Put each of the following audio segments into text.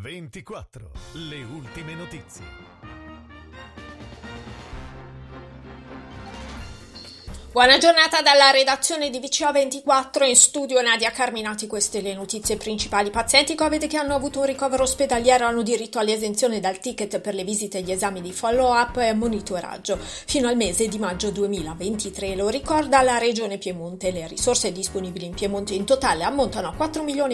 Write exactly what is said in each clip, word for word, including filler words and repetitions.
ventiquattro. Le ultime notizie. Buona giornata dalla redazione di V C O ventiquattro, in studio Nadia Carminati. Queste le notizie principali. Pazienti Covid che hanno avuto un ricovero ospedaliero hanno diritto all'esenzione dal ticket per le visite e gli esami di follow-up e monitoraggio fino al mese di maggio duemilaventitré. Lo ricorda la Regione Piemonte. Le risorse disponibili in Piemonte in totale ammontano a quattro milioni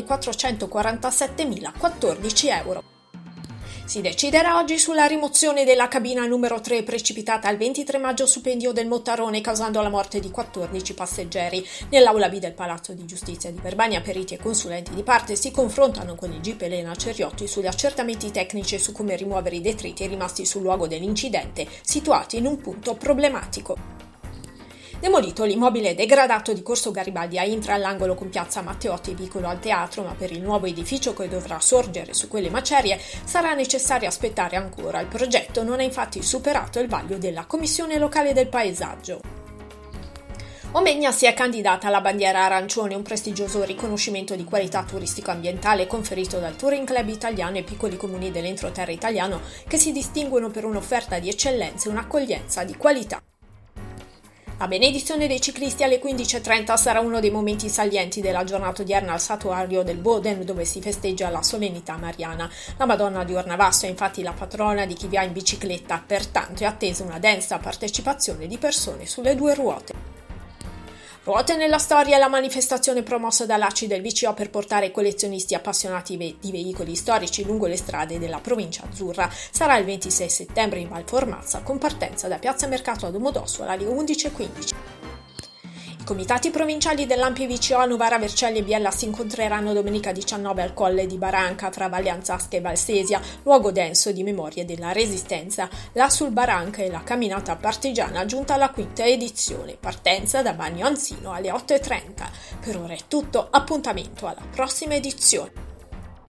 quattrocentoquarantasettemilaquattordici euro. Si deciderà oggi sulla rimozione della cabina numero tre precipitata il ventitré maggio su pendio del Mottarone, causando la morte di quattordici passeggeri. Nell'aula B del Palazzo di Giustizia di Verbania, periti e consulenti di parte si confrontano con il G I P Elena Ceriotti sugli accertamenti tecnici su come rimuovere i detriti rimasti sul luogo dell'incidente, situati in un punto problematico. Demolito l'immobile degradato di Corso Garibaldi a Intra, all'angolo con piazza Matteotti e vicolo al teatro, ma per il nuovo edificio che dovrà sorgere su quelle macerie sarà necessario aspettare ancora. Il progetto non ha infatti superato il vaglio della Commissione locale del paesaggio. Omegna si è candidata alla bandiera arancione, un prestigioso riconoscimento di qualità turistico-ambientale conferito dal Touring Club italiano ai piccoli comuni dell'entroterra italiano che si distinguono per un'offerta di eccellenza e un'accoglienza di qualità. La benedizione dei ciclisti alle quindici e trenta sarà uno dei momenti salienti della giornata odierna al Santuario del Boden, dove si festeggia la solennità mariana. La Madonna di Ornavasto è infatti la patrona di chi va in bicicletta, pertanto è attesa una densa partecipazione di persone sulle due ruote. Ruote nella storia è la manifestazione promossa dall'A C I del V C O per portare collezionisti appassionati di veicoli storici lungo le strade della provincia azzurra. Sarà il ventisei settembre in Val Formazza, con partenza da Piazza Mercato a Domodossola alle undici e quindici. I comitati provinciali dell'A M P I V C O a Novara, Vercelli e Biella si incontreranno domenica diciannove al Colle di Baranca fra Valle Anzasca e Valsesia, luogo denso di memorie della Resistenza. Là sul Baranca e la camminata partigiana giunta alla quinta edizione, partenza da Bagno Anzino alle otto e trenta. Per ora è tutto, appuntamento alla prossima edizione.